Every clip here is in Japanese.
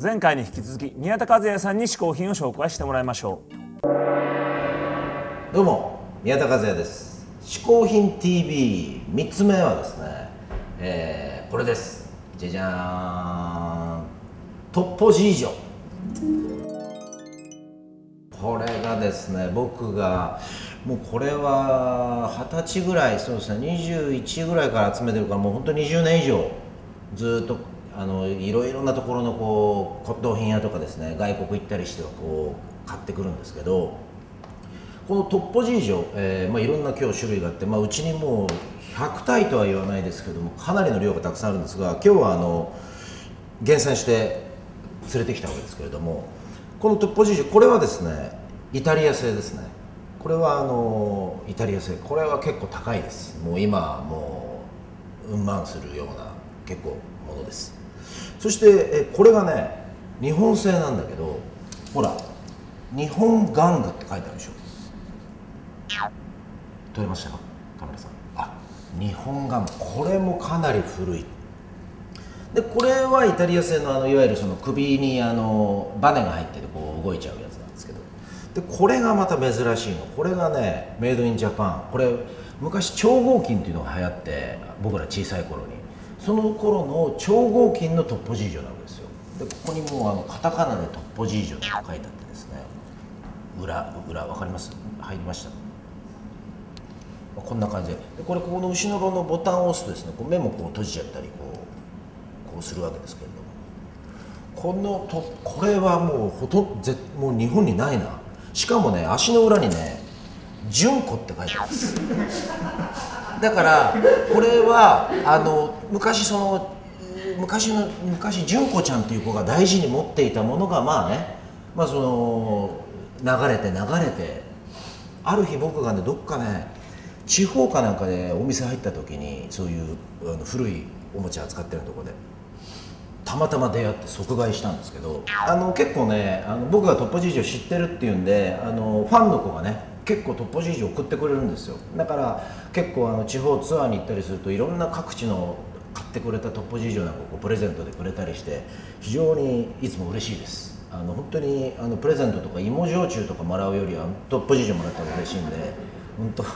前回に引き続き宮田和也さんに嗜好品を紹介してもらいましょう。どうも宮田和也です。嗜好品 TV3 つ目はですね、これです。じゃじゃーん、トッポジージョ。これがですね、僕がもうこれは20歳ぐらい、そうですね、21ぐらいから集めてるから、もう本当に20年以上ずっといろいろなところのこう骨董品屋とかですね、外国行ったりしてはこう買ってくるんですけど、このトッポジージョ、いろんな今日種類があって、うちにもう100体とは言わないですけども、かなりの量がたくさんあるんですが、今日は厳選して連れてきたわけですけれども、このトッポジージョ、これはですねイタリア製ですね。これはイタリア製、これは結構高いです。もう今もううん万するような結構ものです。そしてこれがね日本製なんだけど、ほら日本玩具って書いてあるでしょ。撮れましたかカメラさん。日本玩具、これもかなり古い。でこれはイタリア製のいわゆるその首にバネが入っててこう動いちゃうやつなんですけど、でこれがまた珍しいの。これがねメイドインジャパン。これ昔超合金っていうのが流行って、僕ら小さい頃に、その頃の超合金のトッポジージョなわけですよ。でここにもうカタカナでトッポジージョって書いてあってですね、裏わかります？入りました。こんな感じで、これここの後ろのボタンを押すとですね、こう目もこう閉じちゃったりこうするわけですけれども、これはもうもう日本にないな。しかもね足の裏にね純子って書いてあるんです。だからこれは昔純子ちゃんっていう子が大事に持っていたものが流れてある日僕がねどっかね地方かなんかでお店入った時に、そういう古いおもちゃ扱ってるところでたまたま出会って即買いしたんですけど、結構ね僕がトッポジージョ知ってるっていうんで、ファンの子がね結構トッポジージョ送ってくれるんですよ。だから結構地方ツアーに行ったりすると、いろんな各地の買ってくれたトッポジージョなんかをプレゼントでくれたりして、非常にいつも嬉しいです。本当にプレゼントとか芋焼酎とかもらうよりはトッポジージョもらったら嬉しいんで、本当よ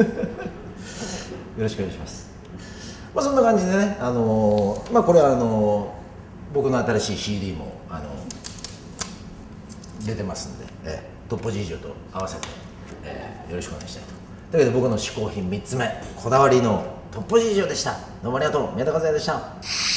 ろしくお願いします。そんな感じでね、これは僕の新しい CD も出てますんで、トッポジージョと合わせて、よろしくお願いしたいと。というわけで僕の嗜好品3つ目、こだわりのトッポジージョでした。どうもありがとう。宮田和也でした。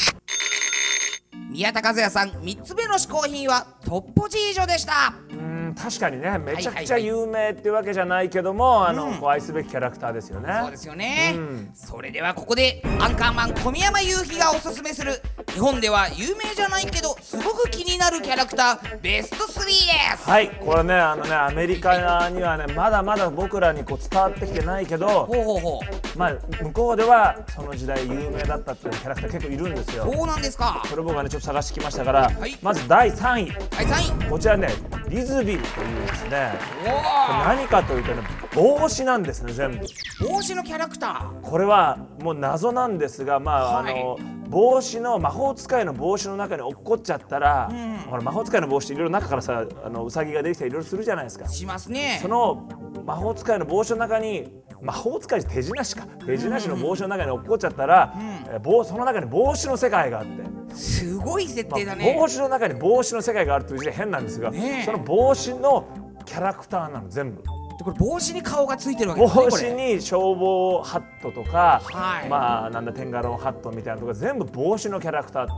宮田和也さん、3つ目の嗜好品はトッポジージョでした。 確かにね、めちゃくちゃ有名っていうわけじゃないけども、こう愛すべきキャラクターですよね。 そうですよね、それではここでアンカーマン小宮山雄飛がおすすめする、日本では有名じゃないけどすごく気になるキャラクターベスト3です。 はい、これねアメリカにはねまだまだ僕らにこう伝わってきてないけど、向こうではその時代有名だったっていうキャラクター結構いるんですよ。 そうなんですか。 それ僕はねちょっと探してきましたから、まず第3位、こちらねリズビルというですね、何かというとね帽子なんですね。全部帽子のキャラクター。 これはもう謎なんですが、帽子の魔法使いの帽子の中に落っこっちゃったら、ほら魔法使いの帽子っていろいろ中からさウサギが出てきたりいろいろするじゃないですか。 しますね。 その魔法使いの帽子の中に、魔法使い手品師の帽子の中に落っこっちゃったら、その中に帽子の世界があって、 すごい設定だね。 帽子の中に帽子の世界があるという字で変なんですが、その帽子のキャラクターなの全部。 これ帽子に顔がついてるわけですね。 帽子に消防ハットとか、テンガロンハットみたいなとか全部帽子のキャラクターって、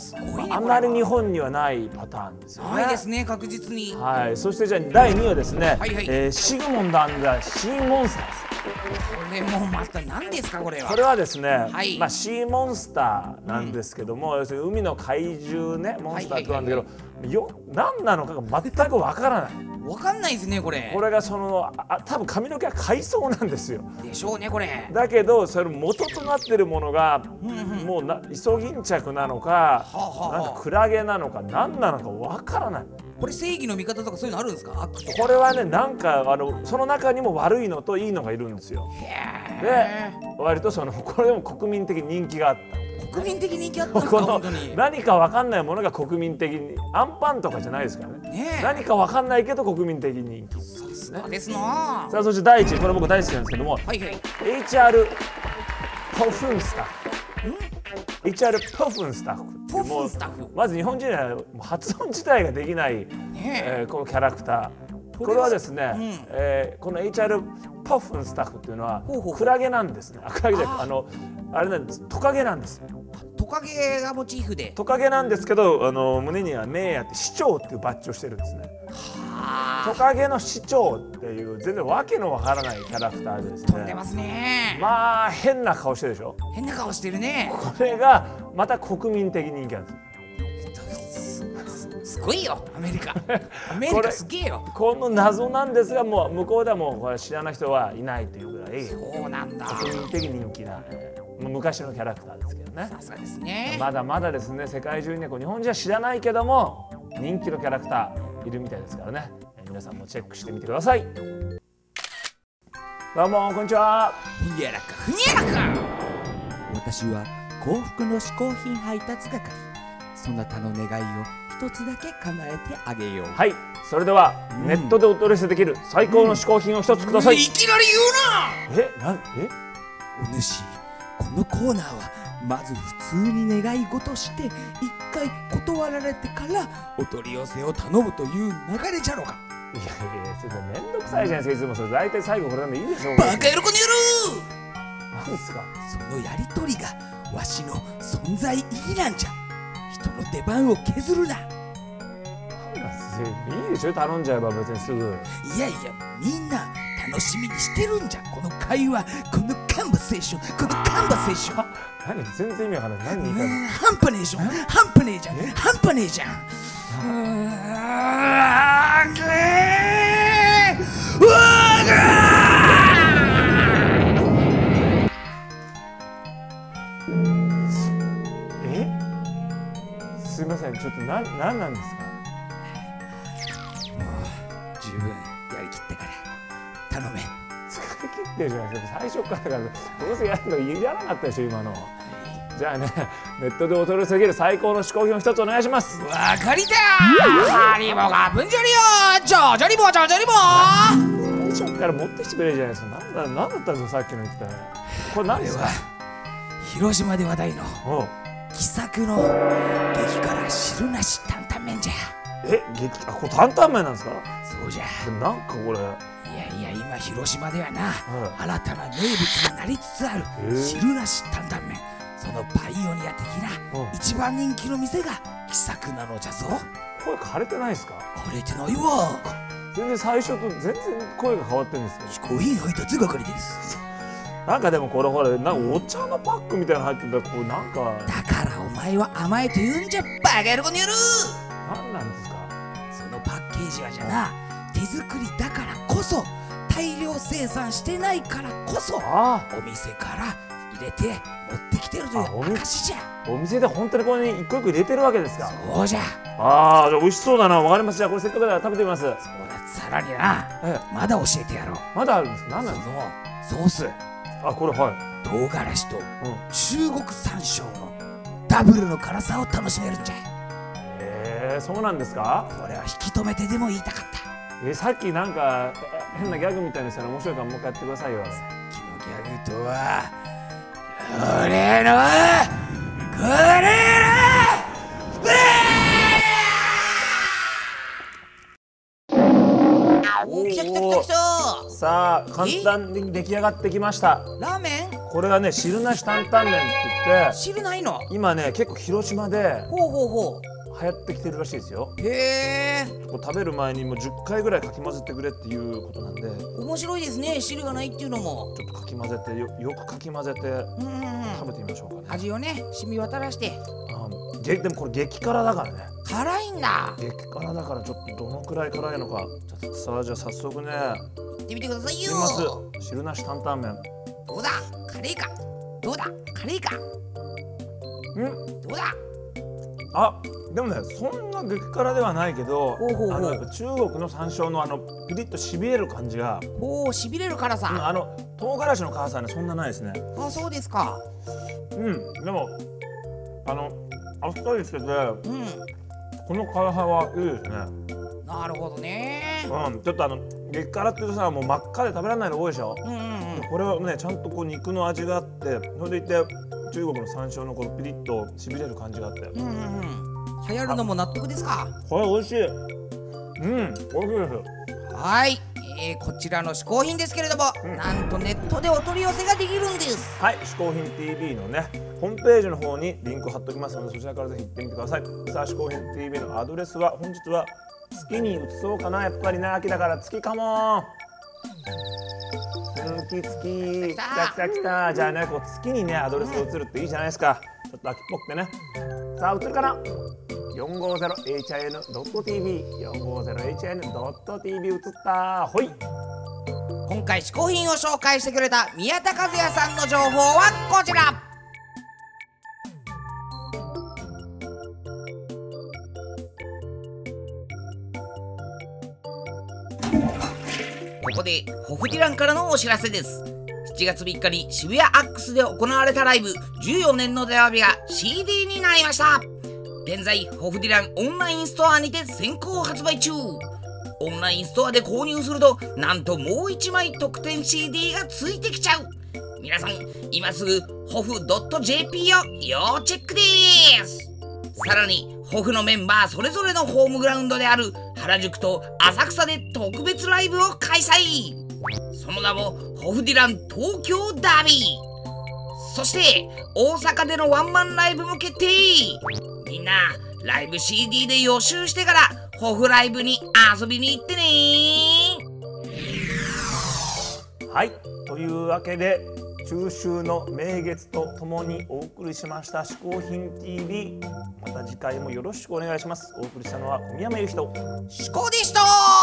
すごいね、 あんまり日本にはないパターンですよね。 ないですね、確実に。 はい、そしてじゃあ第2位はですね、シグモンド&シーモンスターズ。 これもまた何ですかこれは。 これはですね、シーモンスターなんですけども、要するに海の怪獣ね、モンスターってなんだけど、何なのかが全くわからない。 わかんないですねこれ。 これが多分髪の毛は海藻なんですよ。 でしょうねこれ。 だけどそれ元となってるものが、もうイソギンチャクなのか、なんかクラゲなのか何なのかわからない。 これ正義の味方とかそういうのあるんですか？ これはね、なんかその中にも悪いのといいのがいるんですよ。 で割とこれでも国民的人気があった。 国民的人気あったんですかこの本当に。 何かわかんないものが国民的にアンパンとかじゃないですからね。 ねえ何かわかんないけど国民的人気ですね。 そうですな。 さあそして第一位、これ僕大好きなんですけども、 はいはい。 HR ポフンスタッフ。HR ポフンスタッフっていう。 ポフンスタッフもうまず日本人はもう発音自体ができない、 ねこのキャラクター。これはですね、この HR ポフンスタッフっていうのはほうほうほうクラゲなんですね。クラゲじゃなくてあれなんです。トカゲなんです。 トカゲがモチーフで。 トカゲなんですけど、胸には名やって市長っていうバッジをしてるんですね。トカゲの市長っていう全然わけのわからないキャラクターでですね。 飛んでますね。 まあ変な顔してるでしょ。 変な顔してるね。 これがまた国民的人気なんです。 すごいよアメリカ。アメリカすげえよ。 この謎なんですが、もう向こうではもうこれ知らない人はいないというぐらいそうなんだ。 国民的人気な、昔のキャラクターですけどね。 さすがですね。 まだまだですね、世界中にね、日本人は知らないけども人気のキャラクターいるみたいですからね、皆さんもチェックしてみてください。どうもこんにちは。 ふにゃらかふにゃらか。 私は幸福の嗜好品配達係。そなたの願いを一つだけ叶えてあげよう。 はい、それでは、ネットでお取り寄せできる最高の嗜好品を一つください。 いきなり言うな。 お主、このコーナーはまず普通に願い事して一回断られてからお取り寄せを頼むという流れじゃろうか。 いやいや、それめんどくさいじゃないですか。いつもそれ大体最後これでもいいでしょう。 バカ野郎このなんですか。 そのやりとりがわしの存在意義なんじゃ。人の出番を削るな。 なんだいいでしょ、頼んじゃえば別にすぐ。 いやいや、みんな楽しみにしてるんじゃ。この会話、このカンバセーション、このカンバセーション。 何全然意味わかんない。何言いたいの。 半端ねえじゃん、半端ねえじゃん、半端ねえじゃん。 すいません、ちょっとなんなんですか。 十分やりきったから頼め。 疲れ切ってるじゃないですか。最初からだからどうせやるのいらなかったでしょ今の。じゃあね、ネットでお取り寄せできる最高の嗜好品を一つお願いします。 わかりたー。ハリボがぶんじょりよ。ジョジョリボジョジョリボ。 最初から持ってきてくれるじゃないですか。なんだったんですかさっきの言ってた。これ何ですか。 広島で話題のおう。 気さくの激辛汁なし担々麺じゃ。 これ担々麺なんですか。 そうじゃ。 なんかこれ。 いや今広島ではな、 はい新たな名物になりつつある汁なし担々麺。そのパイオニア的な一番人気の店が気さくなのじゃぞ。 声枯れてないですか。 枯れてないわ。 全然最初と全然声が変わってるんですけど。 嗜好品配達係です。 なんかでもこれほら、なんかお茶のパックみたいなの入ってるんだ。これなんかだからお前は甘えと言うんじゃ。バカ野郎この野郎。 何なんですか。 そのパッケージはじゃな、手作りだからこそ、大量生産してないからこそ、 あお店から入れて持ってきてるという証じゃ。 お店で本当にこれに一個一個入れてるわけですか。 そうじゃ。 じゃあ美味しそうだな。わかりました。じゃあこれせっかくだから食べてみます。 そうだ。さらにな、まだ教えてやろう。 まだあるんですか。何なんですか。 そのソース、 これはい。 唐辛子と中国山椒のダブルの辛さを楽しめるんじゃ。 そうなんですか。 これは引き止めてでも言いたかった。 さっきなんか変なギャグみたいにしたら面白いからもう一回やってくださいよ。 さっきのギャグとは、俺のお、来た来た来た来た。 さあ簡単に出来上がってきました。 ラーメン？ これがね、汁なし担々麺って言って、 汁ないの？ 今ね結構広島でほうほうほ流行ってきてるらしいですよ。 う。へえ。 こう食べる前にもう10回ぐらいかき混ぜてくれっていうことなんで、ちょ面白いですね。汁がないっていうのも。 っとかき混ぜてよくかき混ぜて食べてみましょうかね。 味をね、染み渡らして。 でもこれ激辛だからね。 辛いんだ。 激辛だからちょっとどのくらい辛いのか。さあじゃあ早速ね、 行ってみてくださいよ。 いきます。汁なし担々麺。 どうだ？カレーか。どうだ？カレーか。どうだ？ でもね、そんな激辛ではないけど、 ほうほうほうやっぱ中国の山椒のピリッとしびれる感じが、 おお、しびれる辛さ。 唐辛子の辛さはねそんなないですね。 あ、そうですか。 でもあっさりしてて、この辛さはいいですね。 なるほどね。 ちょっと激辛ってさもう真っ赤で食べられないの多いでしょ。これはねちゃんとこう肉の味があって、それでいて中国の山椒のこのピリッとしびれる感じがあって、 流行るのも納得ですか。 これ美味しい。美味しいです。 はい、こちらの嗜好品ですけれども、なんとネットでお取り寄せができるんです。 はい、嗜好品 TV のねホームページの方にリンク貼っておきますので、そちらからぜひ行ってみてください。さあ、嗜好品 TV のアドレスは本日は月に移そうかな。やっぱりね秋だから月かも。月来た。じゃあねこう月にねアドレスが移るっていいじゃないですか。ちょっと秋っぽくてね。さあ移るかな。450hin.tv 450hin.tv 移った。ほい。 今回嗜好品を紹介してくれた宮田和也さんの情報はこちら。ここでホフディランからのお知らせです。7月3日に渋谷アックスで行われたライブ14年の出会いが CD になりました。現在ホフディランオンラインストアにて先行発売中。オンラインストアで購入するとなんともう1枚特典 CD がついてきちゃう。皆さん今すぐホフ .jp を要チェックです。さらにホフのメンバーそれぞれのホームグラウンドである原宿と浅草で特別ライブを開催。その名もホフディラン東京ダービー。そして大阪でのワンマンライブも決定。みんなライブ CD で予習してからホフライブに遊びに行ってね。 はい、というわけで中秋の名月とともにお送りしました嗜好品 TV。また次回もよろしくお願いします。お送りしたのは小宮山由紀としこでした。